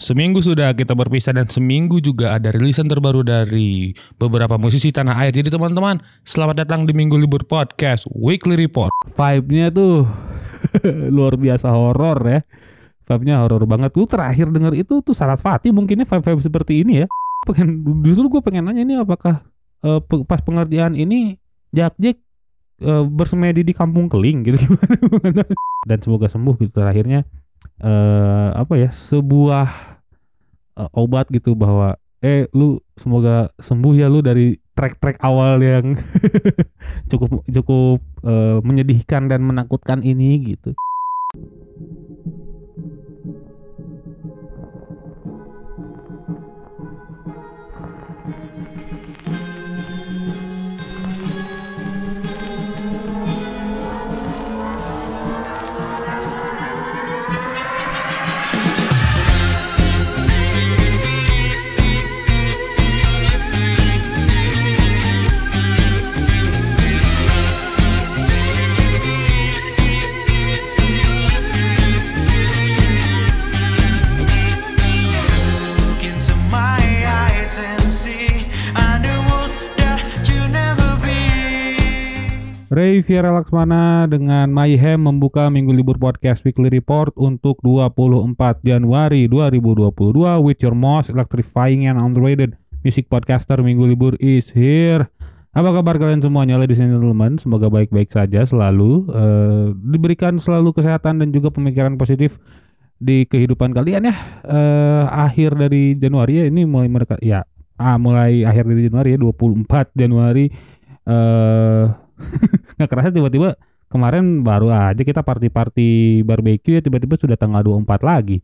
Seminggu sudah kita berpisah dan seminggu juga ada rilisan terbaru dari beberapa musisi tanah air. Jadi teman-teman, selamat datang di Minggu Libur Podcast Weekly Report. Vibe-nya tuh luar biasa horor ya. Vibe-nya horor banget. Gue terakhir denger itu tuh Sarasvati mungkinnya vibe-vibe seperti ini ya. Justru gue pengen nanya ini apakah pas pengerjaan ini Jack bersemedi di Kampung Keling gitu gimana? Dan semoga sembuh gitu terakhirnya. Sebuah obat gitu bahwa lu semoga sembuh ya lu dari track awal yang cukup menyedihkan dan menakutkan ini gitu. Ray Viera Laksmana dengan Mayhem membuka Minggu Libur Podcast Weekly Report untuk 24 Januari 2022 with your most electrifying and underrated music podcaster. Minggu Libur is here. Apa kabar kalian semuanya, ladies and gentlemen? Semoga baik-baik saja selalu, diberikan selalu kesehatan dan juga pemikiran positif di kehidupan kalian ya. Akhir dari Januari ya, ini mulai mendekat ya. Mulai akhir dari Januari ya, 24 Januari. Nggak kerasa tiba-tiba kemarin baru aja kita party barbecue ya, tiba-tiba sudah tanggal 24 lagi.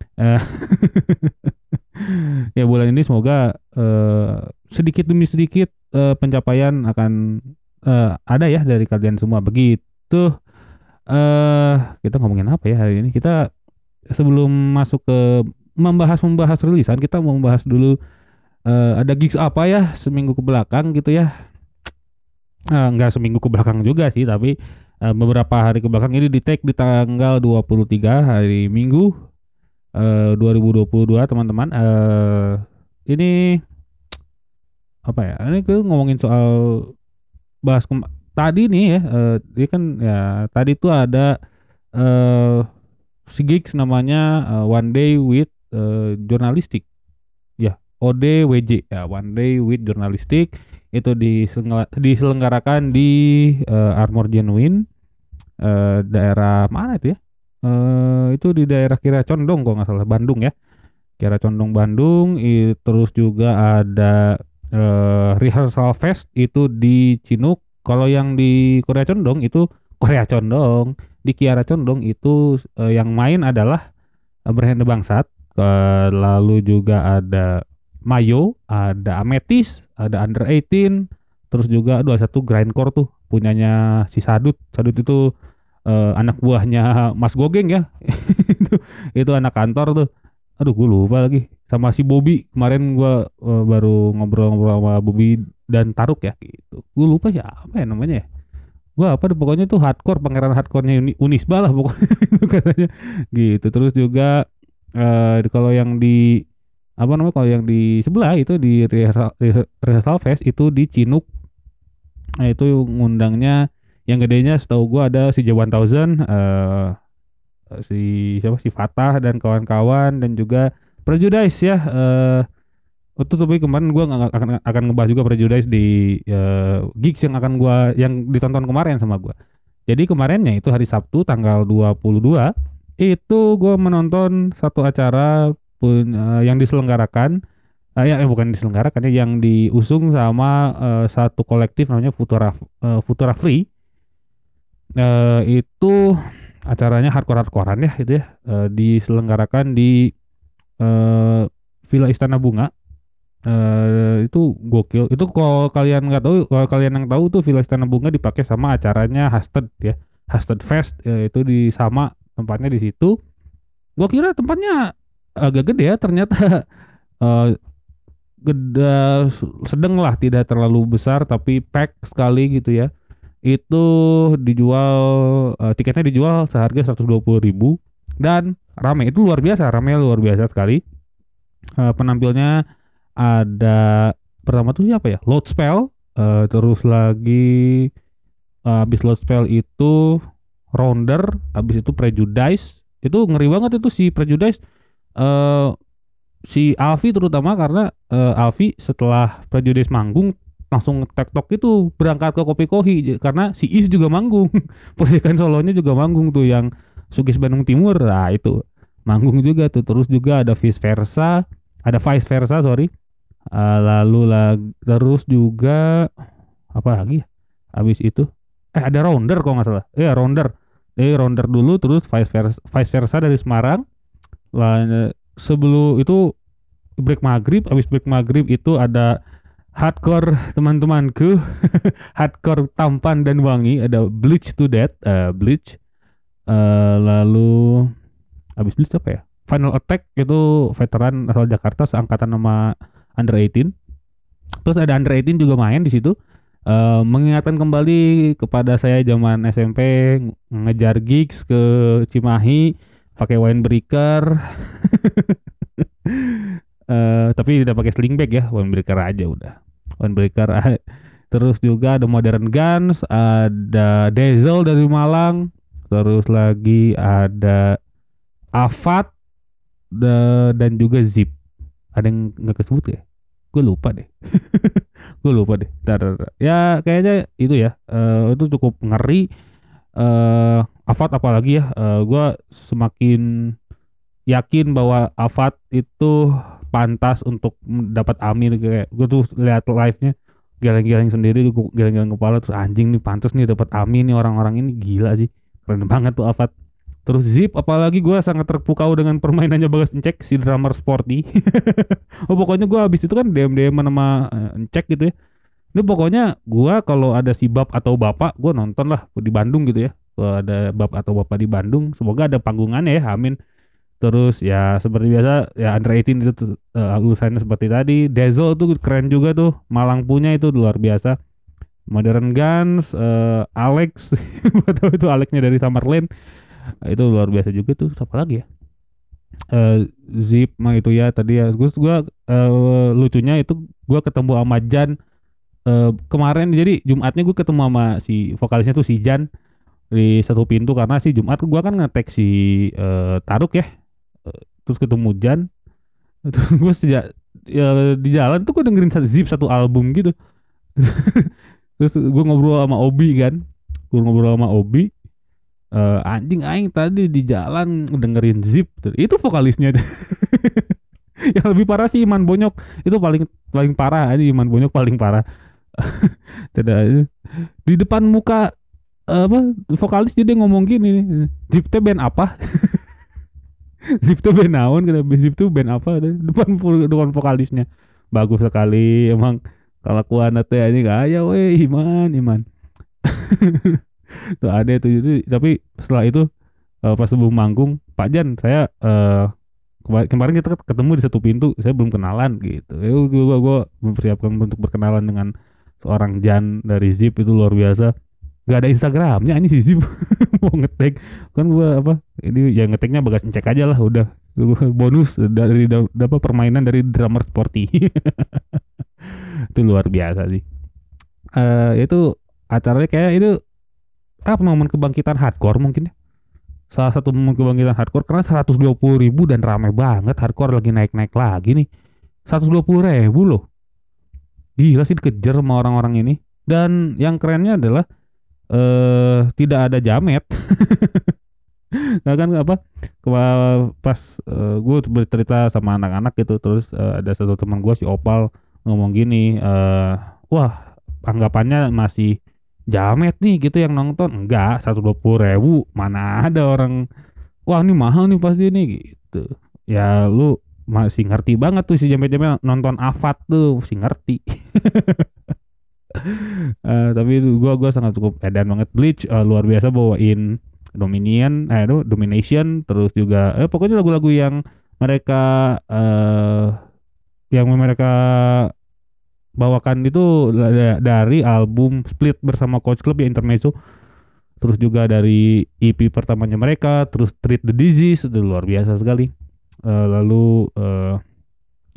Ya bulan ini semoga sedikit demi sedikit pencapaian akan ada ya dari kalian semua. Begitu. Kita ngomongin apa ya hari ini? Kita sebelum masuk ke membahas rilisan, kita mau membahas dulu ada gigs apa ya seminggu ke belakang gitu ya. Enggak seminggu ke belakang juga sih, tapi beberapa hari ke belakang. Ini di take di tanggal 23 hari Minggu 2022 teman-teman. Ini apa ya? Ini gue ngomongin soal bahas tadi nih ya. Dia kan ya tadi tuh ada si gigs namanya One Day with Journalistic. Ya, ODWJ ya, One Day with Journalistic. Itu diselenggarakan di Armor Genuine, daerah mana itu ya? Itu di daerah Kira Condong kalau nggak salah, Bandung ya. Kira Condong Bandung. Terus juga ada Rehearsal Fest itu di Cinuk. Kalau yang di Korea Condong itu Korea Condong. Di Kiara Condong itu yang main adalah Berhenda Bangsat. Lalu juga ada Mayo, ada Amethyst, ada Under 18, terus juga ada satu Grindcore tuh punyanya si Sadut. Sadut itu anak buahnya Mas Gogeng ya. itu anak kantor tuh. Aduh gue lupa lagi. Sama si Bobby, kemarin gue baru ngobrol-ngobrol sama Bobby dan Taruk ya gitu. Gue lupa ya apa ya namanya ya. Gue apa deh pokoknya tuh hardcore, pangeran hardcore-nya Unisba lah pokoknya itu katanya gitu. Terus juga kalau yang di kalau yang di sebelah itu di Rehearsal Fest itu di Cinuk. Nah itu ngundangnya yang gedenya setahu gue ada si Jawan Thousand, si Fatah dan kawan-kawan, dan juga Prejudice ya. Tapi kemarin gue akan ngebahas juga Prejudice di gigs yang ditonton kemarin sama gue. Jadi kemarinnya itu hari Sabtu tanggal 22 itu gue menonton satu acara yang diselenggarakan bukan diselenggarakan ya, yang diusung sama satu kolektif namanya Futura Free. Itu acaranya hardcore-hardcorean ya itu ya, diselenggarakan di Villa Istana Bunga. Itu gokil. Itu kalau kalian yang tahu tuh Villa Istana Bunga dipakai sama acaranya Hasted ya, Hasted Fest. Itu sama tempatnya di situ. Gua kira tempatnya agak gede ya, ternyata gede, sedang lah, tidak terlalu besar tapi pack sekali gitu ya. Itu dijual tiketnya dijual seharga 120.000 dan rame, itu luar biasa sekali. Penampilnya ada pertama tuh siapa ya? Load Spell, terus lagi habis Load Spell itu Rounder, habis itu Prejudice. Itu ngeri banget itu si Prejudice. eh Si Alfi terutama karena Alfi setelah Prejudice manggung langsung TikTok itu berangkat ke Kopi Kohi karena si Is juga manggung. Proyekan solonya juga manggung tuh yang Sugis Bandung Timur. Nah, itu manggung juga tuh. Terus juga ada Vice Versa sorry. Lalu terus juga apa lagi ya? Habis itu ada Rounder kalau nggak salah. Rounder. Rounder dulu terus Vice Versa dari Semarang. Lah, sebelum itu habis break maghrib itu ada hardcore teman-temanku, hardcore tampan dan wangi, ada Bleach to Death, Bleach. Lalu habis Bleach apa ya? Final Attack itu veteran asal Jakarta seangkatan sama Under 18. Terus ada Under 18 juga main di situ. Mengingatkan kembali kepada saya zaman SMP ngejar gigs ke Cimahi pakai Winebreaker. Tapi tidak pakai sling bag ya, Winebreaker aja udah. Winebreaker. Terus juga ada Modern Guns, ada Diesel dari Malang, terus lagi ada Avat dan juga Zip. Ada yang nggak kesebut ya? Gue lupa deh. Gue lupa deh. Ya kayaknya itu ya. Itu cukup ngeri. Avat apalagi ya. Gue semakin yakin bahwa Avat itu pantas untuk dapat Amir. Kayak gue tuh lihat live-nya geleng-geleng sendiri, gue geleng-geleng kepala terus anjing nih pantas nih dapat Amir nih, orang-orang ini gila sih, keren banget tuh Avat. Terus Zip apalagi gue sangat terpukau dengan permainannya Bagas Encek si drummer Sporty. Pokoknya gue habis itu kan DM sama Encek gitu ya. Ini pokoknya gue kalau ada si Bab atau Bapak gue nonton lah di Bandung gitu ya. Kalau ada Bab atau Bapak di Bandung, semoga ada panggungannya ya, amin. Terus ya seperti biasa ya Under 18 itu lulusannya seperti tadi. Dezo tuh keren juga tuh, Malang punya itu luar biasa. Modern Guns, Alex, atau itu Alexnya dari Summerland, itu luar biasa juga tuh. Siapa lagi ya? Zip mah itu ya tadi ya. Gue lucunya itu gue ketemu sama Jan kemarin, jadi Jumatnya gue ketemu sama si vokalisnya tuh si Jan di satu pintu karena si Jumat gue kan ngetek si Taruk ya. Terus ketemu Jan. Terus gue sejak ya, di jalan tuh gue dengerin Zip satu album gitu. Terus gue ngobrol sama Obi kan. Gue ngobrol sama Obi. Anjing aing tadi di jalan dengerin Zip. Itu vokalisnya. Yang lebih parah sih Iman Bonyok. Itu paling parah aja, Iman Bonyok paling parah. Tidak di depan muka vokalis jadi ngomong gini, Zip teh band apa? Zip tuh band naon, Zip tuh band apa? Depan vokalisnya bagus sekali emang. Kelakuan teh ini kayak weh Iman. Tuh ada tuh itu, tapi setelah itu pas sebelum manggung Pak Jan saya kemarin kita ketemu di satu pintu, saya belum kenalan gitu. Gue mempersiapkan untuk berkenalan dengan seorang Jan dari Zip, itu luar biasa. Gak ada Instagramnya ini si Zip. Mau ngetek kan gue ini ya ngeteknya Bagas Encek aja lah udah. Bonus dari permainan dari drummer Sporty. Itu luar biasa sih. Itu acaranya kayak itu momen kebangkitan hardcore mungkin ya. Salah satu momen kebangkitan hardcore karena 120.000 dan ramai banget, hardcore lagi naik-naik lagi nih. 120.000 loh. Gila sih dikejar sama orang-orang ini. Dan yang kerennya adalah tidak ada jamet. Nah kan pas gue bercerita sama anak-anak gitu, terus ada satu teman gue si Opal ngomong gini, wah anggapannya masih jamet nih gitu yang nonton. Enggak, 120.000 mana ada orang, wah ini mahal nih pasti nih gitu. Ya lu masih ngerti banget tuh si jamet-jamet nonton Avat tuh masih ngerti. Tapi gue sangat cukup edan banget. Bleach luar biasa bawain Domination, terus juga pokoknya lagu-lagu yang mereka bawakan itu dari album Split bersama Coach Club ya, Intermezzo, terus juga dari EP pertamanya mereka, terus Treat the Disease, itu luar biasa sekali. Lalu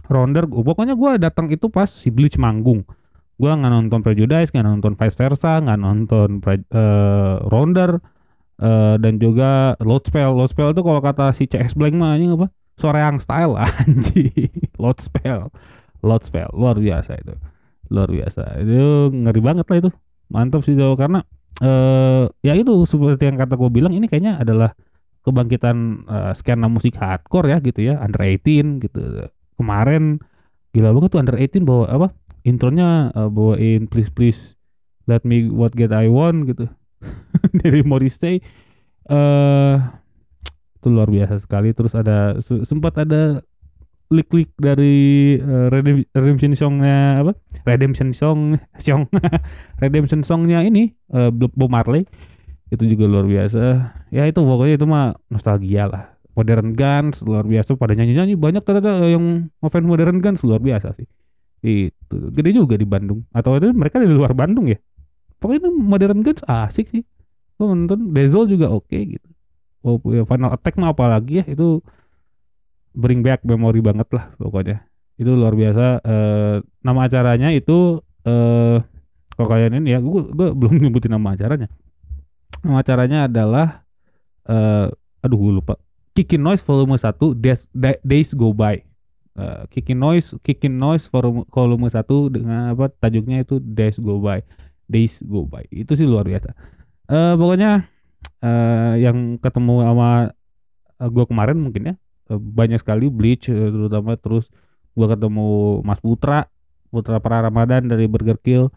Rounder, pokoknya gue datang itu pas si Bleach manggung. Gue nggak nonton Prejudice, nggak nonton Vice Versa, nggak nonton Rounder, dan juga Loudspell. Loudspell itu kalau kata si CS Blank mah ini apa? Soreang style anjing. Loudspell. Loudspell luar biasa itu. Luar biasa. Itu ngeri banget lah itu. Mantap sih Jawa karena ya itu seperti yang kata gue bilang ini kayaknya adalah kebangkitan skena musik hardcore ya gitu ya, under 18 gitu. Kemarin gila banget tuh under 18 bawa apa? Intronya bawain Please Please Let Me What Get I Want gitu. Dari Morrissey eh itu luar biasa sekali. Terus ada sempat ada klik-klik dari Redemption Songnya apa? Redemption Song Redemption Songnya ini Bob Marley itu juga luar biasa. Ya itu pokoknya itu mah nostalgia lah. Modern Guns luar biasa pada nyanyi-nyanyi banyak ternyata yang ngefans Modern Guns luar biasa sih. Itu gede juga di Bandung. Atau itu mereka di luar Bandung ya? Pokoknya itu Modern Guns asik sih. Gue nonton Dazzle juga oke gitu. Oh ya Final Attack mah apalagi ya itu bring back memory banget lah pokoknya. Itu luar biasa. Nama acaranya itu kalau kalian ini ya gue belum nyebutin nama acaranya. Nama acaranya adalah aduh gue lupa. Kickin' Noise volume 1 Days Go By. Kickin' Noise volume 1 dengan apa tajuknya itu Days Go By. Days Go By. Itu sih luar biasa. Pokoknya yang ketemu sama gue kemarin mungkin ya banyak sekali Bleach terutama, terus gue ketemu Mas Putra Pra Ramadan dari Burger Kill.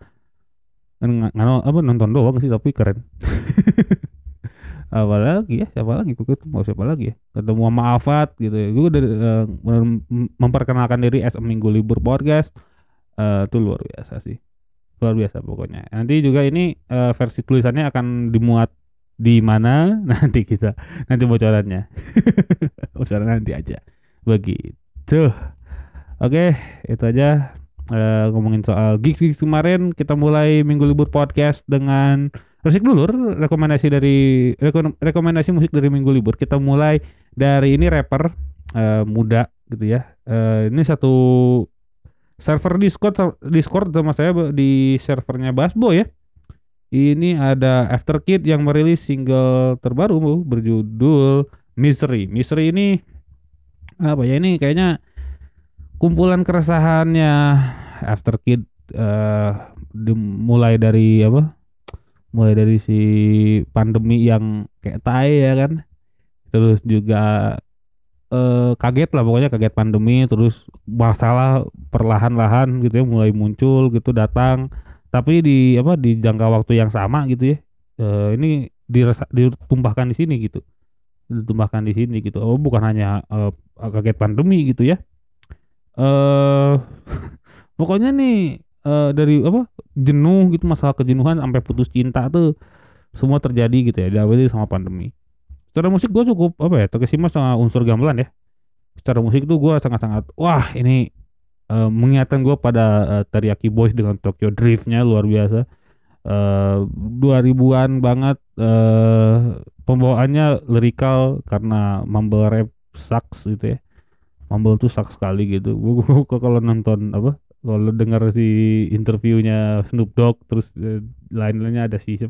Nonton doang sih tapi keren. Apalagi ya siapa lagi mau siapa lagi ya ketemu sama Afat gitu ya. Gue udah memperkenalkan diri as a Minggu Libur Podcast. Itu luar biasa sih, luar biasa pokoknya. Nanti juga ini versi tulisannya akan dimuat di mana nanti bocorannya. Bocoran nanti aja begitu. Oke, itu aja ngomongin soal gigs kemarin. Kita mulai Minggu Libur Podcast dengan resik dulu rekomendasi musik dari Minggu Libur. Kita mulai dari ini rapper muda gitu ya. Ini satu server Discord sama saya di servernya Basbo ya. Ini ada After Kid yang merilis single terbaru berjudul Misery. Misery ini apa ya, ini kayaknya kumpulan keresahannya After Kid, mulai dari si pandemi yang kayak tai ya kan, terus juga kaget lah pokoknya, kaget pandemi, terus masalah perlahan-lahan gitu ya mulai muncul gitu datang, tapi di jangka waktu yang sama gitu ya, ini ditumpahkan di sini gitu, oh bukan hanya kaget pandemi gitu ya, pokoknya nih dari jenuh gitu, masalah kejenuhan sampai putus cinta tuh semua terjadi gitu ya, diawali sama pandemi. Secara musik gue cukup terkesima sama unsur gamelan ya. Secara musik tuh gue sangat-sangat wah ini mengingatkan gue pada Teriyaki Boys dengan Tokyo Drift-nya luar biasa. 2000-an banget, pembawaannya lirikal karena mumble rap sucks gitu ya. Mumble tuh sucks sekali gitu. Gue kalau nonton kalau dengar si interviewnya Snoop Dogg, terus lain-lainnya ada si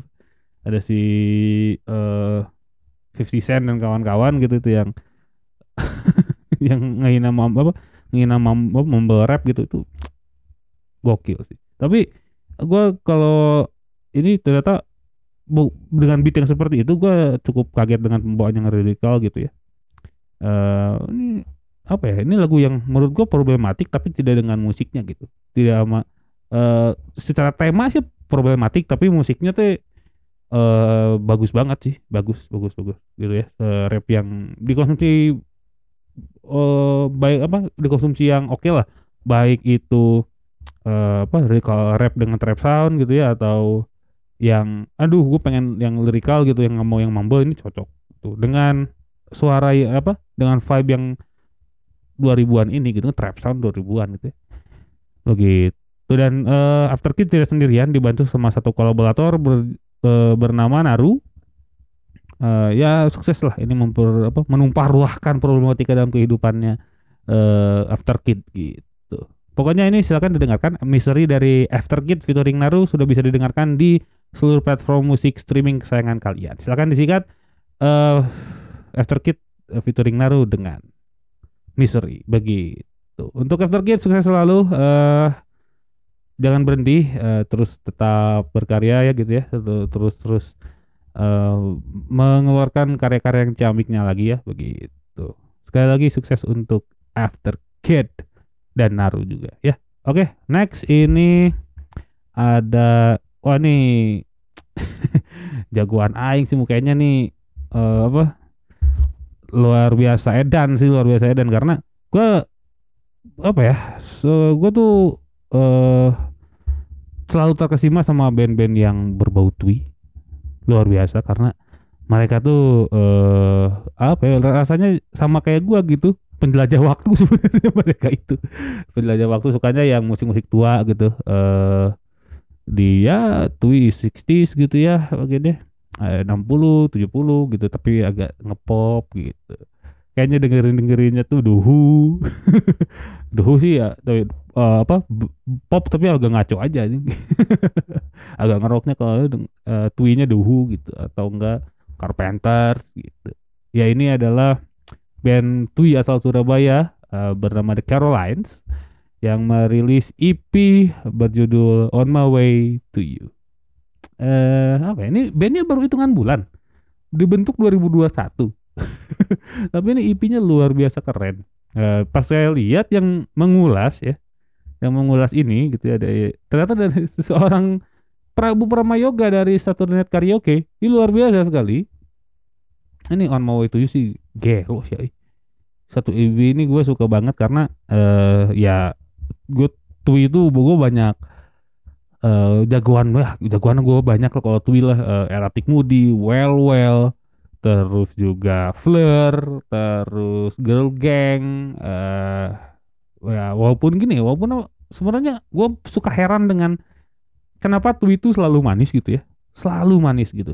50 Cent dan kawan-kawan gitu itu yang yang ngehina mumble rap gitu, itu gokil sih. Tapi gue kalau ini ternyata dengan beat yang seperti itu gue cukup kaget dengan pembawaan yang radikal gitu ya. Ini ini lagu yang menurut gue problematik tapi tidak dengan musiknya gitu, tidak sama secara tema sih problematik tapi musiknya tuh bagus banget sih, bagus gitu ya. Rap yang dikonsumsi baik dikonsumsi yang oke lah, baik itu lyrical rap dengan trap sound gitu ya, atau yang gue pengen yang lyrical gitu, yang nggak mau yang mumble, ini cocok tuh dengan suara dengan vibe yang 2000-an ini gitu, trap sound 2000-an gitu ya. Begitu. Dan After Kid tidak sendirian, dibantu sama satu kolaborator bernama Naru. Ya sukses lah ini menumpah ruahkan problematika dalam kehidupannya After Kid gitu. Pokoknya ini silakan didengarkan. Misery dari After Kid featuring Naru sudah bisa didengarkan di seluruh platform musik streaming kesayangan kalian. Silakan disikat After Kid featuring Naru dengan Misery. Begitu. Untuk After Kid sukses selalu. Jangan berhenti, terus tetap berkarya ya gitu ya. Terus mengeluarkan karya-karya yang ciamiknya lagi ya begitu. Sekali lagi sukses untuk After Kid dan Naru juga ya. Oke, next ini ada nih jagoan aing sih mukanya nih luar biasa Edan karena gue gue tuh selalu terkesima sama band-band yang berbau Twi luar biasa karena mereka tuh rasanya sama kayak gua gitu, penjelajah waktu sebenarnya mereka itu penjelajah waktu, sukanya yang musik-musik tua gitu, dia Twi 60s gitu ya begini, 60 70 gitu tapi agak ngepop gitu. Kayaknya dengerinnya tuh Duhu. Duhu sih ya pop tapi agak ngaco aja nih. Agak ngeroknya kalau Twi-nya Duhu gitu atau enggak Carpenters gitu. Ya ini adalah band Twi asal Surabaya bernama The Carolines yang merilis EP berjudul On My Way to You. Ini bandnya baru hitungan bulan, dibentuk 2021. Tapi ini EP-nya luar biasa keren. Pas saya lihat yang mengulas ini gitu ya, ternyata dari seseorang Prabu Pramayoga dari Saturday Night Karaoke. Ini luar biasa sekali. Ini On My Way to You sih gero sih. Satu EP ini gue suka banget karena ya gue Twi itu gue banyak jagoan gue banyak lah kalau Twi lah, Erratic Moody, Well, terus juga Fleur, terus Girl Gang, ya walaupun sebenarnya gue suka heran dengan kenapa Twi itu selalu manis gitu ya, selalu manis gitu.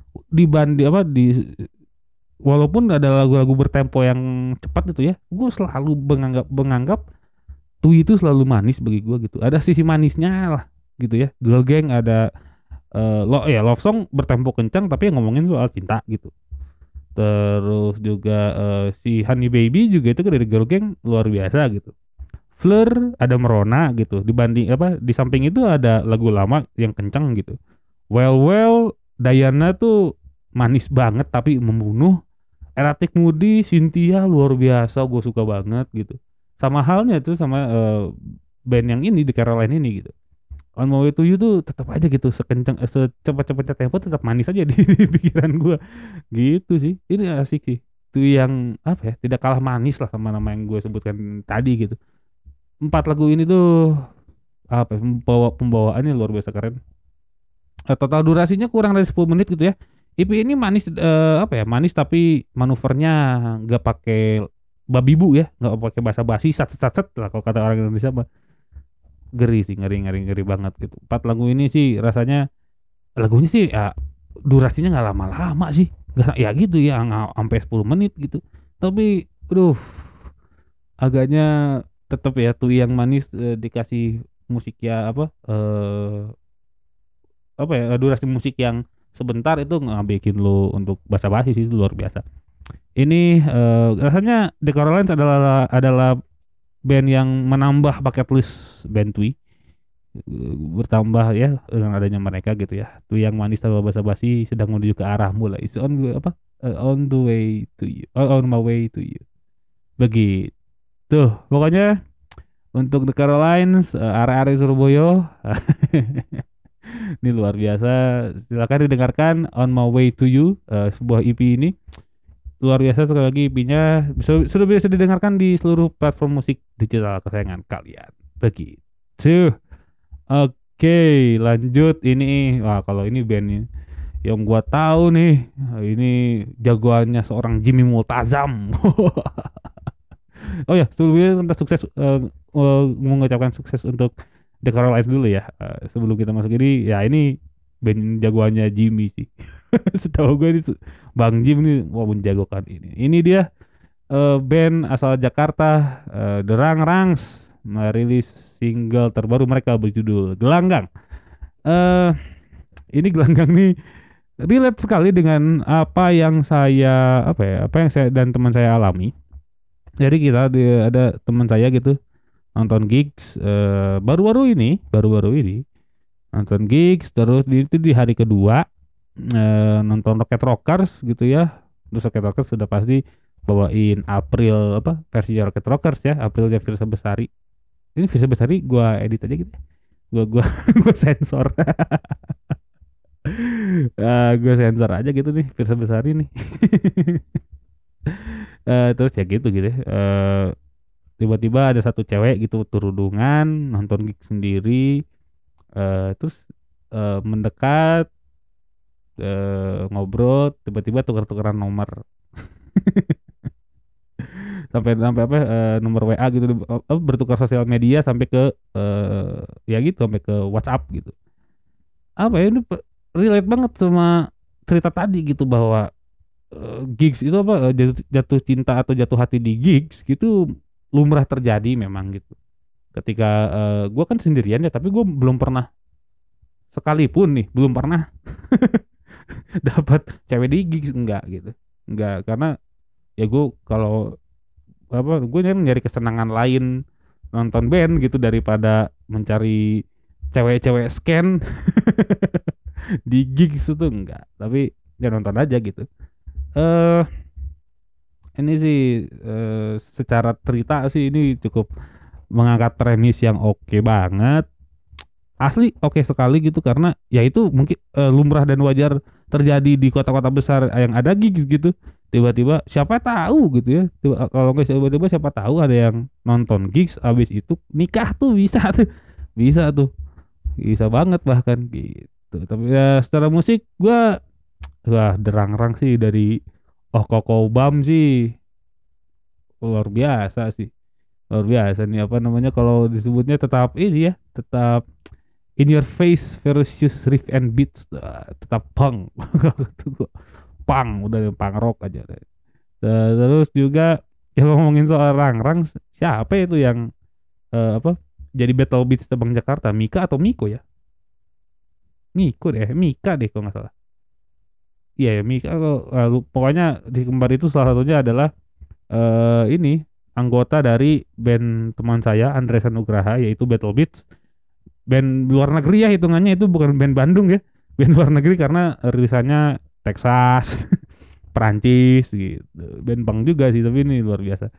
Walaupun ada lagu-lagu bertempo yang cepat gitu ya, gue selalu menganggap Twi itu selalu manis bagi gue gitu. Ada sisi manisnya lah gitu ya. Girl Gang ada love song bertempo kencang tapi ngomongin soal cinta gitu. Terus juga si Honey Baby juga itu dari Girl Gang luar biasa gitu. Fleur ada merona gitu. Di samping itu ada lagu lama yang kencang gitu. Well, Diana tuh manis banget tapi membunuh. Erratic Moody, Cynthia luar biasa, gue suka banget gitu. Sama halnya tuh sama band yang ini di Caroline ini gitu. On My Way to You tuh tetap aja gitu, secepat-cepatnya tempo tetap manis aja di pikiran gue gitu sih. Ini asik sih, itu yang tidak kalah manis lah sama nama yang gue sebutkan tadi gitu. 4 lagu ini tuh pembawaannya luar biasa keren. Total durasinya kurang dari 10 menit gitu ya. EP ini manis manis tapi manuvernya nggak pakai babi bu ya, nggak pakai basa-basi sat lah kalau kata orang Indonesia mah. Ngeri sih, ngeri banget gitu. 4 lagu ini sih rasanya lagunya sih ya durasinya nggak lama-lama sih, nggak ya gitu ya nggak sampai 10 menit gitu. Tapi agaknya tetap ya tuh yang manis dikasih musik ya durasi musik yang sebentar itu nggak bikin lo untuk basa-basi sih, itu luar biasa. Ini rasanya The Carolines adalah band yang menambah bucket list band Twi, bertambah ya dengan adanya mereka gitu ya. Twi yang manis tanpa basa-basi sedang menuju ke arahmu lah. It's on on the way to you, on my way to you. Begitu. Pokoknya untuk The Carolines, area Surabaya. Ini luar biasa. Silakan didengarkan On My Way to You, sebuah EP ini luar biasa. Sekali lagi EP-nya sudah bisa didengarkan di seluruh platform musik digital kesayangan kalian. Begitu. Oke, lanjut ini. Wah, kalau ini band yang gua tahu nih, ini jagoannya seorang Jimmy Multazam. Oh ya, sebelumnya kita sukses mengucapkan sukses untuk The Carolines dulu ya. Sebelum kita masuk ini, ya ini band jagoannya Jimmy sih. Setahu gue ini Bang Jim nih mau menjagokan ini. Ini dia band asal Jakarta, The Rangs merilis single terbaru mereka berjudul Gelanggang. Ini Gelanggang nih relate sekali dengan apa yang saya dan teman saya alami. Jadi ada teman saya gitu nonton gigs baru-baru ini nonton gigs, terus itu di hari kedua nonton Rocket Rockers gitu ya. Terus Rocket Rockers sudah pasti bawain April versi Rocket Rockers ya, Aprilnya Firsa Besari. Ini Firsa Besari gua edit aja gitu. Gua gua sensor. Gue sensor aja gitu nih Firsa Besari nih. Terus ya gitu ya. Tiba-tiba ada satu cewek gitu kerudungan nonton gig sendiri, terus mendekat, ngobrol, tiba-tiba tukar-tukaran nomor. sampai nomor WA gitu, bertukar sosial media sampai ke ya gitu, sampai ke WhatsApp gitu. Apa ya, ini relate banget sama cerita tadi gitu, bahwa gigs itu jatuh cinta atau jatuh hati di gigs gitu lumrah terjadi memang gitu. Ketika gue kan sendirian ya, tapi gue belum pernah sekalipun belum pernah dapat cewek di gigs, enggak gitu, enggak, karena ya gue kalau gue nyari kesenangan lain nonton band gitu daripada mencari cewek-cewek scan di gigs itu enggak, tapi ya nonton aja gitu. Ini sih secara cerita sih ini cukup mengangkat premis yang oke banget, asli oke sekali gitu, karena ya itu mungkin lumrah dan wajar terjadi di kota-kota besar yang ada gigs gitu. Tiba-tiba siapa tahu gitu ya, kalau nggak tiba-tiba siapa tahu ada yang nonton gigs abis itu nikah tuh, bisa banget bahkan gitu. Tapi ya secara musik gua derangrang sih dari Koko Bam sih luar biasa nih, kalau disebutnya tetap ini ya, tetap in your face versus riff and beats, tetap punk. Udah punk rock aja. Terus juga kalau ngomongin soal rangrang, siapa itu yang jadi Battle Beats Tebang Jakarta, Mika atau Miko ya? Mika deh kalau nggak salah. Iya ya, Mika. Pokoknya di kembar itu salah satunya adalah ini anggota dari band teman saya Andreas Nugraha, yaitu Battle Beats. Band luar negeri ya hitungannya, itu bukan band Bandung ya, band luar negeri karena rilisannya Texas, Perancis gitu. Band punk juga sih, tapi ini luar biasa.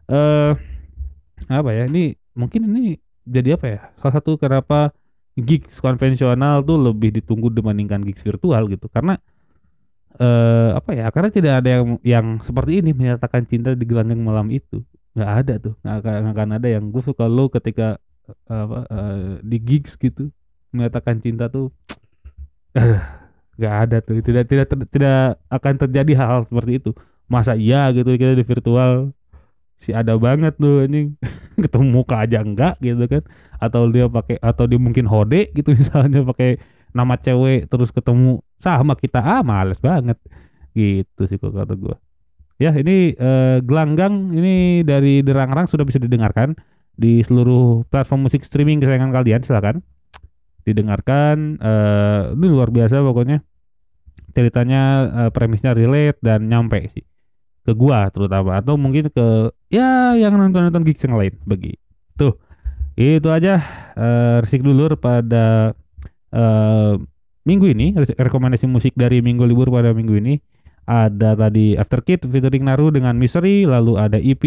Apa ya, ini mungkin ini jadi apa ya, salah satu kenapa gigs konvensional tuh lebih ditunggu dibandingkan gigs virtual gitu, karena karena tidak ada yang seperti ini menyatakan cinta di gelanggang malam itu. Nggak ada tuh, nggak akan ada yang gue suka lo ketika di gigs gitu menyatakan cinta tuh. Nggak ada tuh, tidak akan terjadi hal-hal seperti itu. Masa iya gitu kita di virtual sih ada banget tuh ini ketemu muka aja enggak gitu kan, atau dia mungkin hode gitu misalnya pakai nama cewek terus ketemu sama kita, males banget gitu sih kok kata gue. Ya ini Gelanggang ini dari Derangrang sudah bisa didengarkan di seluruh platform musik streaming kesayangan kalian, silakan didengarkan. Ini luar biasa pokoknya ceritanya, premisnya relate dan nyampe sih ke gua terutama, atau mungkin ke ya yang nonton gigs yang lain begitu. Itu aja resik dulu pada minggu ini, rekomendasi musik dari minggu libur pada minggu ini. Ada tadi After Kid featuring Naru dengan Misery, lalu ada EP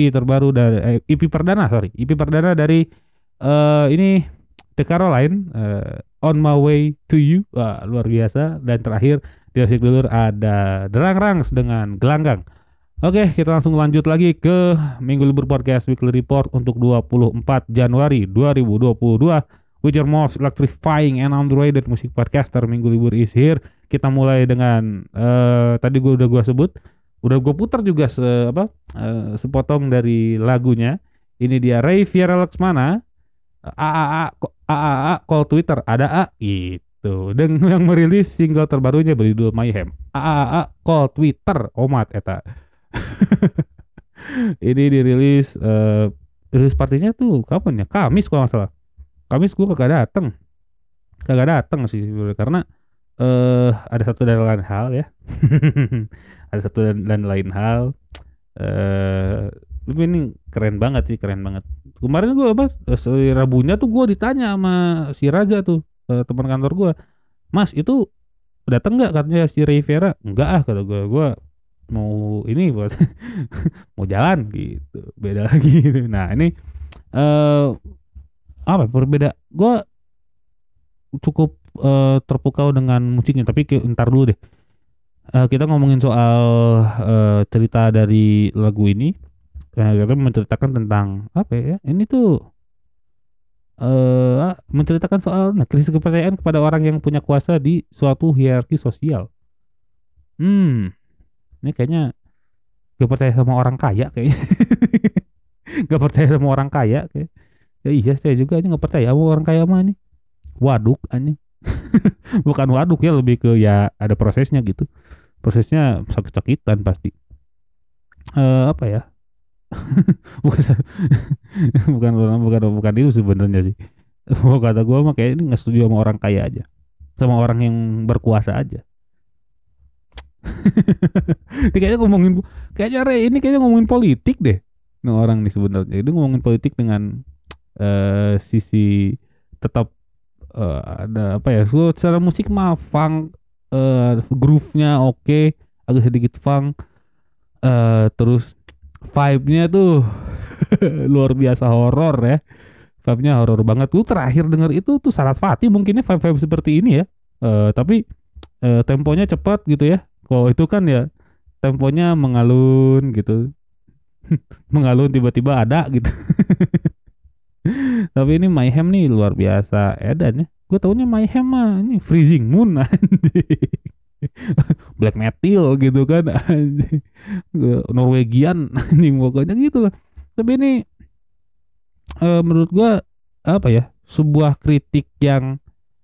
perdana dari ini The Caroline, On My Way to You. Wah, luar biasa. Dan terakhir di resik dulu ada Derangrang dengan Gelanggang. Oke, kita langsung lanjut lagi ke Minggu Libur Podcast Weekly Report untuk 24 Januari 2022. With your most electrifying and underrated music podcaster, Minggu Libur is here. Kita mulai dengan tadi udah gue putar juga sepotong dari lagunya. Ini dia Ray Viera Laksmana, AAA call Twitter, ada A gitu. Dan yang merilis single terbarunya berjudul Mayhem. AAA call Twitter, omat eta. Ini dirilis release partinya tuh kapan ya? Kamis kalau nggak salah. Kamis gue kagak datang sih sebenarnya, karena ada satu dan lain hal ya. Ada satu dan lain hal. Tapi ini keren banget sih, keren banget. Kemarin gue Rabunya tuh gue ditanya sama si Raja tuh, teman kantor gue, Mas itu datang nggak katanya si Rivera? Enggak ah kata gue mau ini buat mau jalan gitu, beda lagi gitu. Nah ini apa berbeda? Gue cukup terpukau dengan musiknya, tapi ntar dulu deh. Kita ngomongin soal cerita dari lagu ini. Kita menceritakan tentang apa ya? Ini tuh menceritakan soal krisis kepercayaan kepada orang yang punya kuasa di suatu hierarki sosial. Ini kayaknya gak percaya sama orang kaya kayaknya. Gak percaya sama orang kaya kayak. Ya iya saya juga ini gak percaya sama orang kaya mah nih. Waduk anjing. Bukan waduk ya, lebih ke ya ada prosesnya gitu. Prosesnya sakit-sakitan pasti. Apa ya? bukan bukan itu sebenarnya sih. Kata gue mah kayak ini nggak setuju sama orang kaya aja, sama orang yang berkuasa aja. Ini kayaknya ngomongin politik deh. Nah, orang nih sebenarnya itu ngomongin politik dengan sisi tetap ada apa ya? So, secara musik mah funk, groove-nya oke, agak sedikit funk, terus vibe-nya tuh luar biasa horor ya. Vibe-nya horor banget. Tuh terakhir denger itu tuh Sarasvati mungkinnya vibe-vibe seperti ini ya. Tapi temponya cepat gitu ya. Kalau itu kan ya temponya mengalun gitu. Mengalun tiba-tiba ada gitu. Tapi ini Mayhem nih luar biasa edan ya. Gue taunya Mayhem mah ini Freezing Moon black metal gitu kan. Norwegian anjing pokoknya gitu lah. Tapi ini menurut gua apa ya, sebuah kritik yang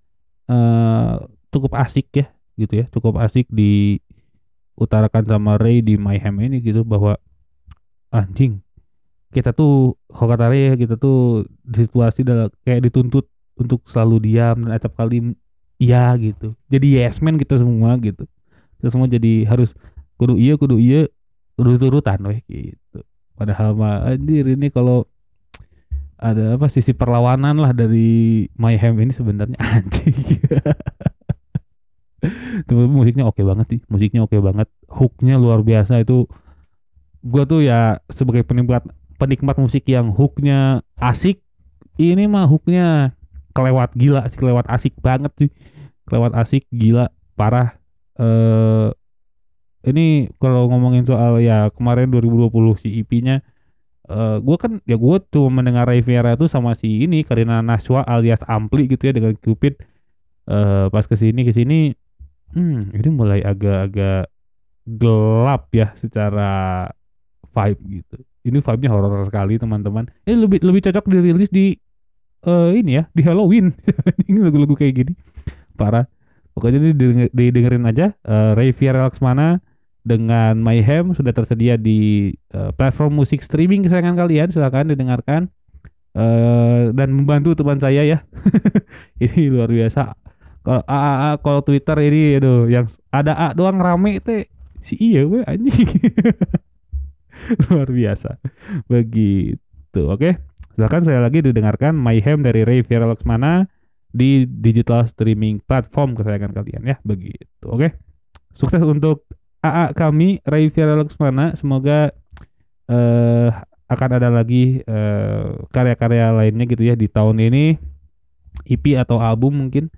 cukup asik ya gitu ya, cukup asik diutarakan sama Ray di Mayhem ini gitu, bahwa anjing kita tuh kalau kata Ray kita tuh di situasi kayak dituntut untuk selalu diam dan acap kali iya gitu, jadi yes man kita semua gitu, kita semua jadi harus kudu iya urut-urutan weh gitu. Padahal mah anjir ini kalau ada apa sisi perlawanan lah dari Mayhem ini sebenarnya anjing. Tapi musiknya oke banget sih, musiknya oke banget, hooknya luar biasa itu. Gua tuh ya sebagai penikmat musik yang hooknya asik, ini mah hooknya kelewat gila sih, kelewat asik banget sih, kelewat asik gila parah. Ini kalau ngomongin soal ya kemarin 2020 si EP-nya, gue cuma mendengar Rivera itu sama si ini Karina Naswa alias Ampli gitu ya dengan Cupid. Pas kesini ini mulai agak-agak gelap ya secara vibe gitu. Ini vibe-nya horor sekali teman-teman. Ini lebih cocok dirilis di ini ya di Halloween. Ini lagu-lagu kayak gini parah. Pokoknya didengerin aja. Rivera Laksmana dengan Mayhem sudah tersedia di platform musik streaming kesayangan kalian. Silakan didengarkan dan membantu teman saya ya. Ini luar biasa. Kalau Twitter ini aduh yang ada A doang rame teh si iya we anjing. Luar biasa. Begitu. Oke. Silakan saya lagi didengarkan Mayhem dari Rivera Laksmana di digital streaming platform kesayangan kalian ya. Begitu. Oke. Sukses untuk AA kami Rivera Laksmana. Semoga akan ada lagi karya-karya lainnya gitu ya di tahun ini, EP atau album mungkin.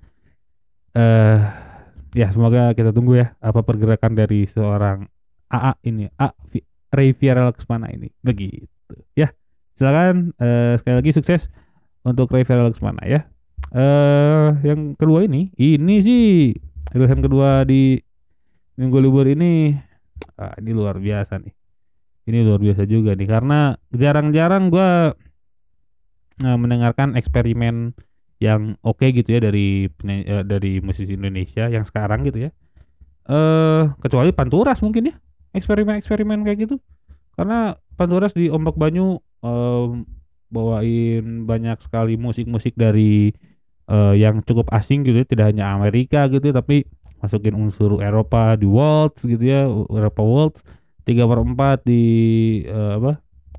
Ya semoga kita tunggu ya apa pergerakan dari seorang AA ini, Rivera Laksmana ini. Begitu ya. Silakan sekali lagi sukses untuk Rivera Laksmana ya. Yang kedua ini sih rilisan kedua di minggu libur ini. Ini luar biasa nih. Ini luar biasa juga nih karena jarang-jarang gue mendengarkan eksperimen yang oke gitu ya dari musisi Indonesia yang sekarang gitu ya. Kecuali Panturas mungkin ya, eksperimen kayak gitu. Karena Panturas di Ombak Banyu bawain banyak sekali musik-musik dari yang cukup asing gitu ya, tidak hanya Amerika gitu ya, tapi masukin unsur Eropa di waltz gitu ya, Eropa waltz 3/4 di apa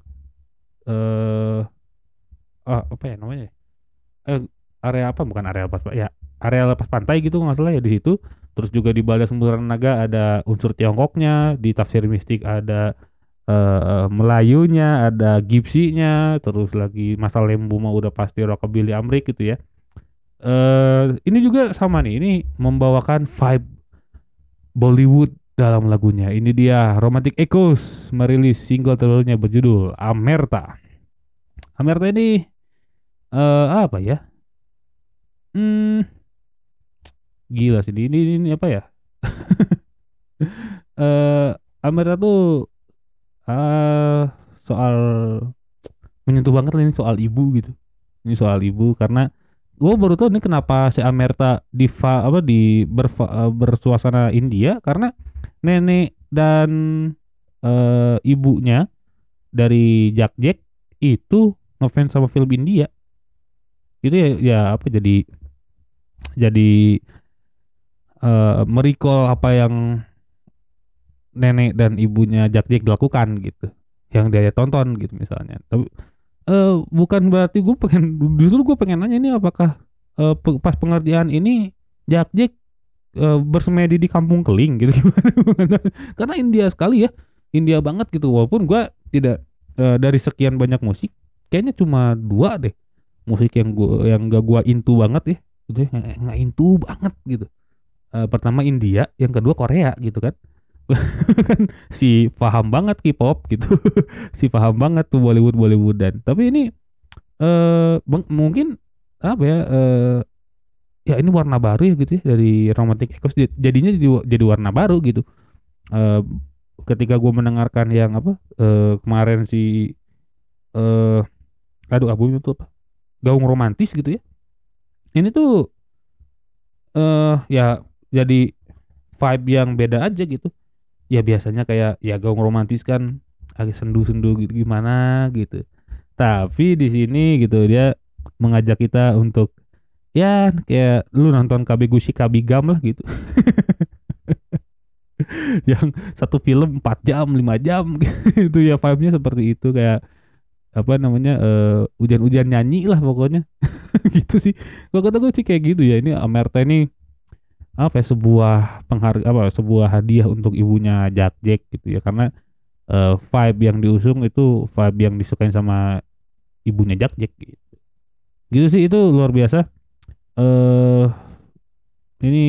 eh apa ya namanya ya? eh area apa, bukan area lepas ya, area lepas pantai gitu nggak salah ya di situ. Terus juga di Balai Semburan Naga ada unsur Tiongkoknya, di Tafsir Mistik ada Melayunya, ada Gipsinya, terus lagi Masa Lembu mah udah pasti rockabilly Amrik gitu ya. Ini juga sama nih, ini membawakan vibe Bollywood dalam lagunya. Ini dia Romantic Echoes merilis single terbarunya berjudul Amerta. Amerta ini apa ya? Hmm, gila sih ini apa ya? Amerta tuh soal menyentuh banget lah, ini soal ibu gitu. Ini soal ibu karena gue baru tahu nih kenapa si Amerta bersuasana India, karena nenek dan ibunya dari Jack itu ngefans sama film India. Itu ya apa jadi merecall apa yang nenek dan ibunya Jack lakukan gitu, yang dia tonton gitu misalnya. Tapi bukan berarti justru gue pengen nanya ini apakah pas pengerjaan ini Jack bersemedi di kampung keling gitu gimana? Karena India sekali ya, India banget gitu. Walaupun gue tidak dari sekian banyak musik, kayaknya cuma 2 deh musik yang gak gue into banget ya, gitu ya, nggak into banget gitu. Pertama India, yang kedua Korea gitu kan. Kan si paham banget K-pop gitu. Si paham banget tuh Bollywood-Bollywoodan. Tapi ini mungkin apa ya, ya ini warna baru ya gitu ya dari Romantic Echoes, jadinya jadi warna baru gitu. Eh, Ketika gue mendengarkan yang apa kemarin si eh albumnya tuh apa, Gaung Romantis gitu ya. Ini tuh ya jadi vibe yang beda aja gitu. Ya biasanya kayak ya Gaung Romantis kan agak sendu-sendu gitu gimana gitu. Tapi di sini gitu dia mengajak kita untuk ya kayak lu nonton KB Gushi KB Gam lah gitu. Yang satu film 4 jam 5 jam gitu ya, vibe-nya seperti itu, kayak apa namanya hujan-hujan nyanyi lah pokoknya. Gitu sih. Kalau kata gue sih kayak gitu ya. Ini Amerta ini apa ya, sebuah hadiah untuk ibunya Jack gitu ya, karena vibe yang diusung itu vibe yang disukain sama ibunya Jack gitu. Gitu sih, itu luar biasa. eh ini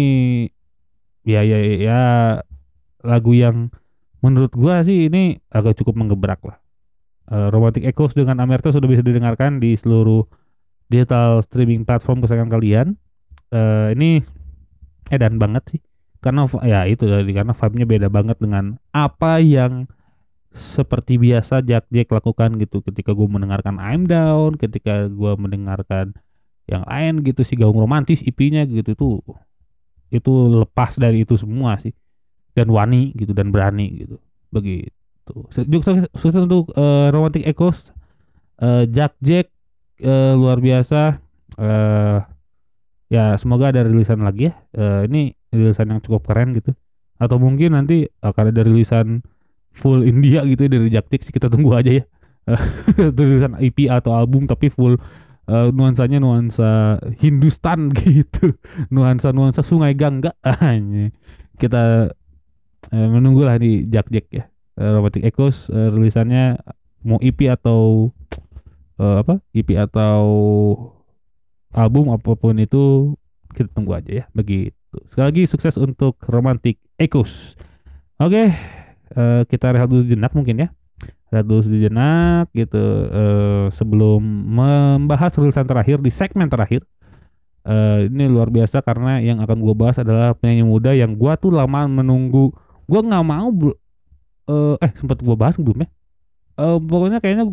ya lagu yang menurut gua sih ini agak cukup menggebrak lah. Romantic Echoes dengan Amerta sudah bisa didengarkan di seluruh digital streaming platform kesayangan kalian. Ini edan banget sih. Karena ya itu tadi, karena vibe-nya beda banget dengan apa yang seperti biasa Jack lakukan gitu. Ketika gue mendengarkan I'm Down, ketika gue mendengarkan yang lain gitu, si Gaung Romantis IP-nya gitu tuh, itu lepas dari itu semua sih, dan wani gitu dan berani gitu, begitu. Sukses untuk Romantic Echoes, Jack luar biasa. eh Ya semoga ada rilisan lagi ya. Ini rilisan yang cukup keren gitu, atau mungkin nanti akan ada rilisan full India gitu ya dari Jack sih, kita tunggu aja ya. Rilisan EP atau album tapi full nuansanya nuansa Hindustan gitu, nuansa Sungai Gangga. Kita menunggulah di Jack ya. Romantic Echoes rilisannya mau EP atau apa EP atau album apapun itu, kita tunggu aja ya, begitu. Sekali lagi sukses untuk Romantic Echoes. Oke, kita rehat dulu sejenak mungkin ya. Rehat dulu sejenak gitu sebelum membahas rilisan terakhir di segmen terakhir. Ini luar biasa karena yang akan gue bahas adalah penyanyi muda yang gue tuh lama menunggu. Gue nggak mau sempat gue bahas belum ya? Pokoknya kayaknya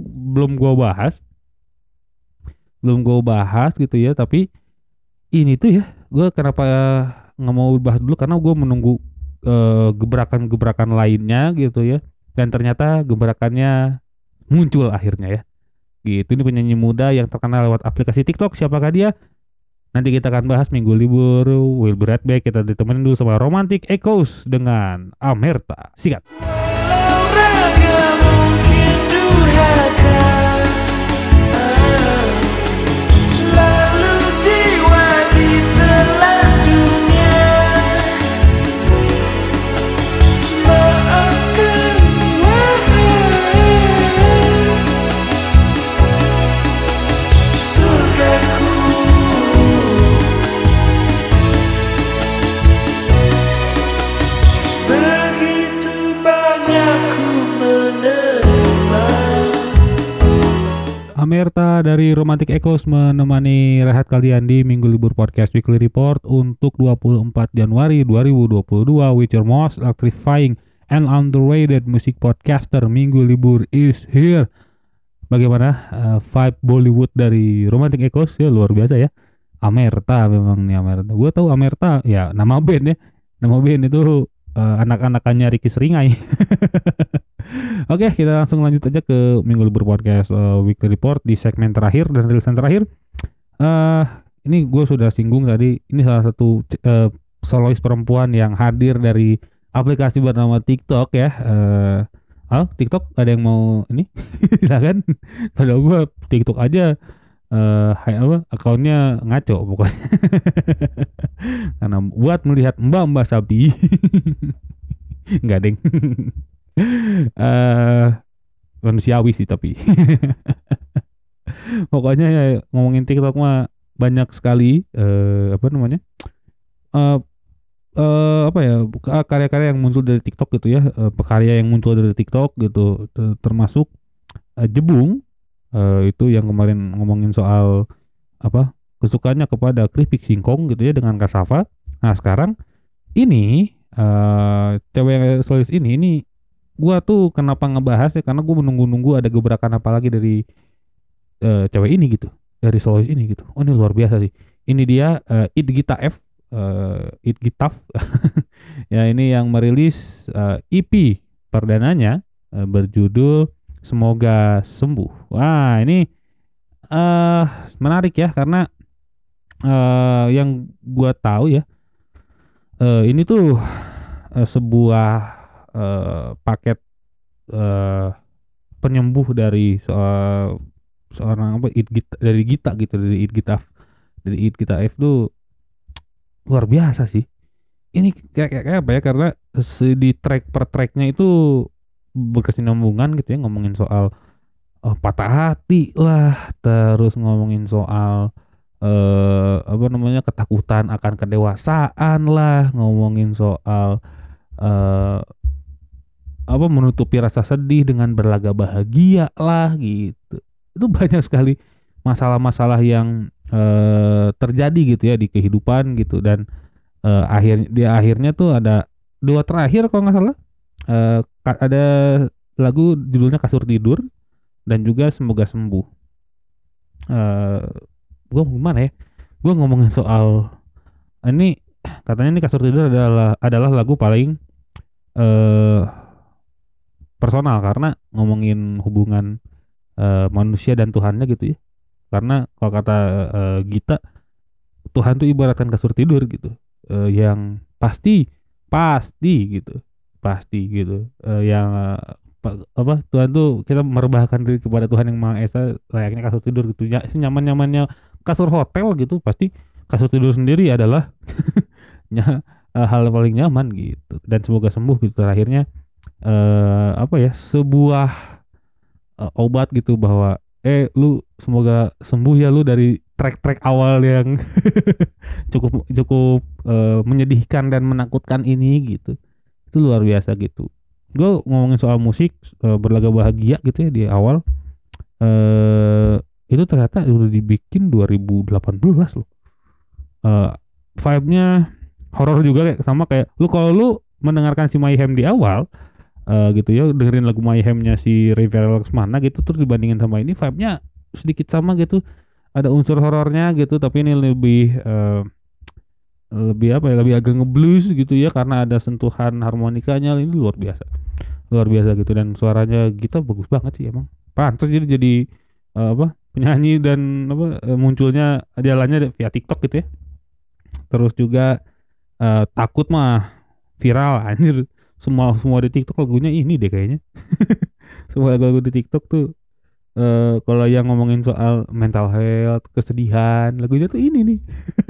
belum gue bahas gitu ya. Tapi ini tuh ya, gue kenapa nggak mau bahas dulu, karena gue menunggu gebrakan-gebrakan lainnya gitu ya. Dan ternyata gebrakannya muncul akhirnya ya. gitu. Ini penyanyi muda yang terkenal lewat aplikasi TikTok. Siapakah dia? Nanti kita akan bahas minggu libur. We'll be right back. Kita ditemenin dulu sama Romantic Echoes dengan Amerta. Sikat. Raga mungkin durhaka, lalu jiwa ditelan dunia. Maafkan wahai surgaku. Begitu banyak ku menerima. Amerta dari Romantic Echoes menemani rehat kalian di Minggu Libur Podcast Weekly Report untuk 24 Januari 2022 with your most electrifying and underrated music podcaster. Minggu Libur is here. Bagaimana vibe Bollywood dari Romantic Echoes? Ya luar biasa ya. Amerta memang nih Amerta. Gue tahu Amerta ya nama band ya. Nama band itu anak-anakannya Ricky Seringai. Oke, kita langsung lanjut aja ke Minggu Libur Podcast Weekly Report di segmen terakhir dan rilisan terakhir. Ini gue sudah singgung tadi. Ini salah satu solois perempuan yang hadir dari aplikasi bernama TikTok ya. TikTok ada yang mau ini? Silakan. Padahal gue TikTok aja akunnya ngaco pokoknya. Karena buat melihat mbak-mbak sapi. Enggak deng. Manusiawi sih tapi. Pokoknya ya, ngomongin TikTok mah banyak sekali karya-karya yang muncul dari TikTok gitu ya, pekarya yang muncul dari TikTok gitu, termasuk Jebung itu yang kemarin ngomongin soal kesukaannya kepada keripik singkong gitu ya dengan Kasava. Nah sekarang ini cewek yang solois ini gua tuh kenapa ngebahas ya, karena gua menunggu-nunggu ada gebrakan apa lagi dari cewek ini gitu, dari solois ini gitu. Oh ini luar biasa sih. Ini dia Idgita F. Idgitaf ya, ini yang merilis EP perdananya berjudul Semoga Sembuh. Wah ini menarik ya, karena yang gua tahu ya, ini tuh sebuah paket penyembuh dari seorang dari Gita gitu, dari Idgita F tuh luar biasa sih. Ini kayak apa ya, karena di track per tracknya itu berkesinambungan gitu ya, ngomongin soal patah hati lah, terus ngomongin soal ketakutan akan kedewasaan lah, ngomongin soal menutupi rasa sedih dengan berlaga bahagia lah gitu. Itu banyak sekali masalah-masalah yang terjadi gitu ya di kehidupan gitu. Dan akhirnya tuh ada dua terakhir kalau nggak salah, ada lagu judulnya Kasur Tidur dan juga Semoga Sembuh. Gue gimana ya, gue ngomongin soal ini, katanya ini Kasur Tidur adalah lagu paling personal karena ngomongin hubungan manusia dan Tuhannya gitu ya. Karena kalau kata Gita, Tuhan tuh ibaratkan kasur tidur gitu, yang pasti gitu, Tuhan tuh, kita merebahkan diri kepada Tuhan yang Maha Esa layaknya kasur tidur gitu ya, senyaman-nyamannya kasur hotel gitu. Pasti kasur tidur sendiri adalah hal paling nyaman gitu. Dan semoga sembuh gitu, terakhirnya sebuah obat gitu, bahwa lu semoga sembuh ya lu dari track-track awal yang cukup menyedihkan dan menakutkan ini gitu. Itu luar biasa gitu. Gue ngomongin soal musik berlaga bahagia gitu ya di awal, itu ternyata udah dibikin 2018 loh. Vibe-nya horor juga, kayak sama kayak lu kalau lu mendengarkan si Mayhem di awal gitu ya, dengerin lagu Mayhem-nya si Rivera Laksmana gitu, terus dibandingin sama ini vibe-nya sedikit sama gitu, ada unsur horornya gitu, tapi ini lebih lebih agak ngeblues gitu ya, karena ada sentuhan harmonikanya. Ini luar biasa gitu, dan suaranya Gita bagus banget sih emang, pantas jadi penyanyi dan munculnya jalannya via TikTok gitu ya. Terus juga takut mah viral anjir. Semua di TikTok lagunya ini deh kayaknya. Semua lagu di TikTok tuh kalau yang ngomongin soal mental health, kesedihan, lagunya tuh ini nih.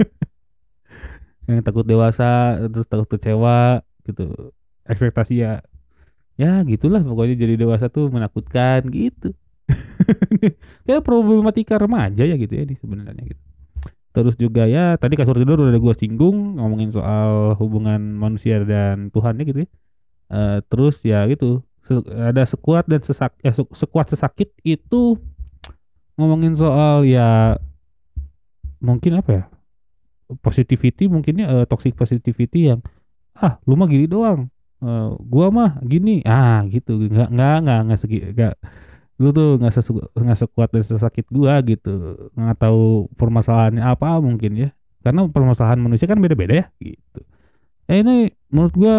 Yang takut dewasa, terus takut kecewa gitu. Ekspektasi ya gitulah pokoknya jadi dewasa tuh menakutkan gitu. Kayak problematika remaja ya gitu ya ini sebenarnya gitu. Terus juga ya tadi kasur tidur udah gua singgung ngomongin soal hubungan manusia dan Tuhannya gitu ya. Terus ya gitu ada sekuat dan sekuat sesakit itu ngomongin soal ya mungkin apa ya positivity mungkinnya toxic positivity yang lu mah gini doang. Gua mah gini gitu nggak segi nggak lu tuh nggak sekuat dan sesakit gua gitu, nggak tahu permasalahannya apa mungkin ya, karena permasalahan manusia kan beda-beda ya gitu. Ini menurut gua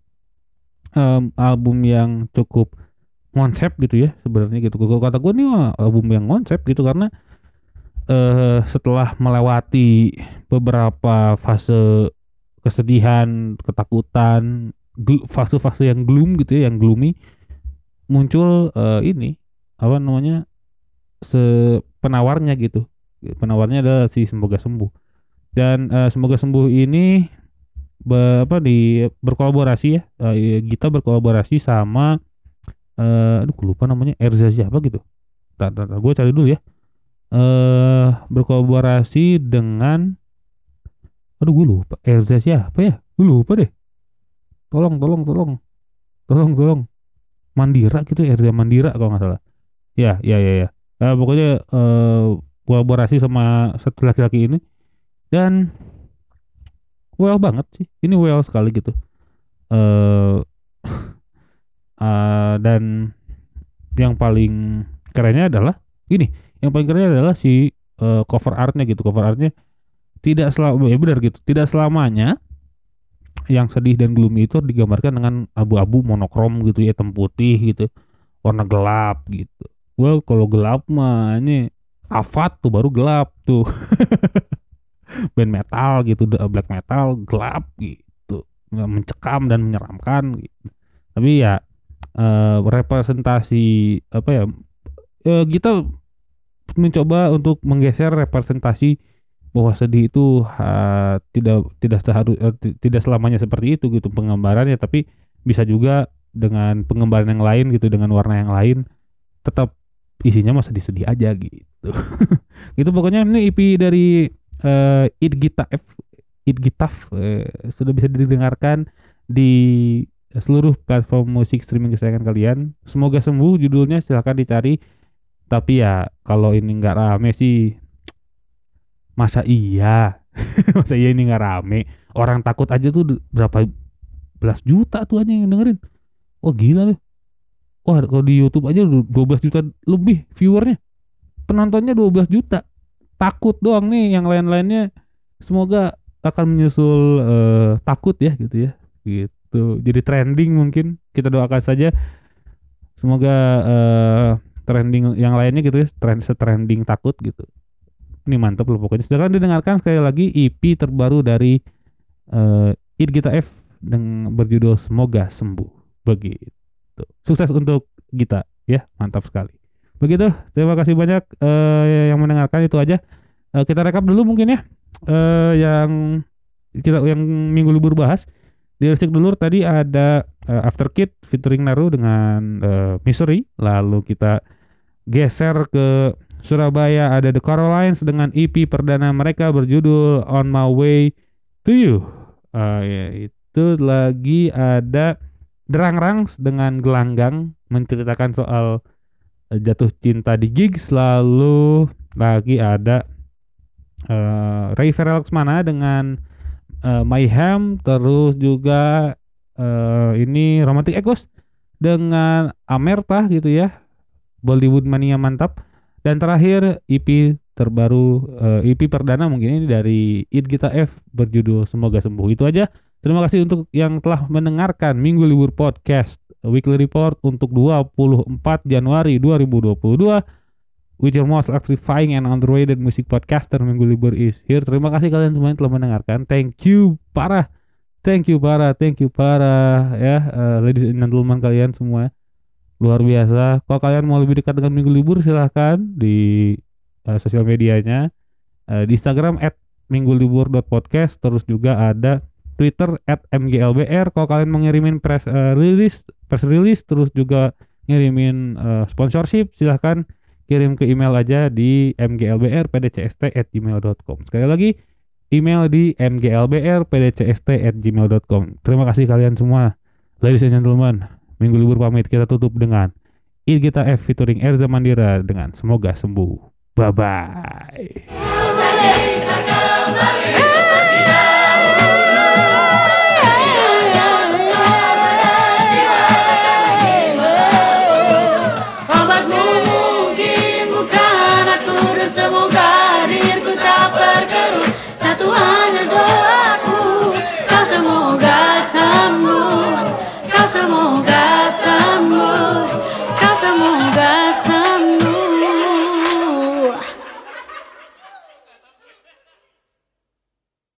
album yang cukup konsep gitu ya sebenarnya gitu. Kalau kata gua nih album yang konsep gitu karena setelah melewati beberapa fase kesedihan, ketakutan, fase-fase yang gloom gitu ya, yang gloomy, muncul ini apa namanya penawarnya gitu. Penawarnya adalah si Semoga Sembuh. Dan Semoga Sembuh ini berkolaborasi ya. Kita berkolaborasi sama gue lupa namanya, Erza siapa gitu. Gue cari dulu ya. Berkolaborasi dengan gue lupa Erza siapa ya. Gue lupa deh. Tolong. Mandira gitu, Erza Mandira kalau nggak salah. Ya. Pokoknya kolaborasi sama satu laki-laki ini dan well banget sih. Ini well sekali gitu. Dan yang paling kerennya adalah ini. Yang paling kerennya adalah si cover artnya gitu. Cover artnya tidak benar gitu. Tidak selamanya yang sedih dan gloomy itu digambarkan dengan abu-abu monokrom gitu ya, hitam putih gitu, warna gelap gitu. Kalau gelap mah ini Afat tuh baru gelap tuh. Band metal gitu, black metal gelap gitu, mencekam dan menyeramkan gitu. Tapi ya representasi apa ya, kita mencoba untuk menggeser representasi bahwa sedih itu tidak selamanya seperti itu gitu penggambarannya, tapi bisa juga dengan pengembaraan yang lain gitu, dengan warna yang lain, tetap isinya mah sedih-sedih aja gitu. Gitu pokoknya. Ini EP dari Itgitaf sudah bisa didengarkan di seluruh platform musik streaming kesayangan kalian. Semoga Sembuh judulnya, silahkan dicari. Tapi ya kalau ini nggak rame sih, masa iya masa iya ini nggak rame. Orang takut aja tuh berapa belas juta tuh aja yang dengerin. Wah gila deh. Wah kalau di YouTube aja 12 juta lebih viewernya, penontonnya 12 juta. Takut doang nih, yang lain-lainnya semoga akan menyusul takut ya gitu ya gitu. Jadi trending mungkin, kita doakan saja semoga trending yang lainnya gitu ya, trending takut gitu. Ini mantap loh pokoknya. Silakan didengarkan sekali lagi EP terbaru dari Gita F dengan berjudul Semoga Sembuh. Begitu. Sukses untuk Gita ya, mantap sekali. Begitu, terima kasih banyak yang mendengarkan. Itu aja. Kita rekap dulu mungkin ya yang minggu libur bahas. Di Resik Dulur tadi ada After Kid featuring Naru dengan Misery. Lalu kita geser ke Surabaya, ada The Carolines dengan EP perdana mereka berjudul On My Way to You. Ya, itu lagi ada Drangrang dengan Gelanggang menceritakan soal jatuh cinta di gigs. Lalu lagi ada Ray Ferrellxmana dengan Mayhem. Terus juga ini Romantic Echoes dengan Amerta gitu ya, Bollywood Mania mantap. Dan terakhir EP terbaru, EP perdana mungkin ini dari Gita F berjudul Semoga Sembuh. Itu aja. Terima kasih untuk yang telah mendengarkan Minggu Libur Podcast Weekly Report untuk 24 Januari 2022. with your most electrifying and underrated music podcaster. Minggu Libur is here. Terima kasih kalian semua yang telah mendengarkan. Thank you parah ya, ladies and gentlemen kalian semua. Luar biasa. Kalau kalian mau lebih dekat dengan Minggu Libur, silahkan di sosial medianya, di Instagram @minggulibur.podcast, terus juga ada Twitter @mglbr. Kalau kalian mau ngirimin press release, terus juga ngirimin sponsorship, silahkan kirim ke email aja di mglbrpdcst@gmail.com. Sekali lagi, email di mglbrpdcst@gmail.com. Terima kasih kalian semua, ladies and gentlemen. Minggu Libur pamit, kita tutup dengan Irgita F featuring Erza Mandira dengan Semoga Sembuh. Bye bye.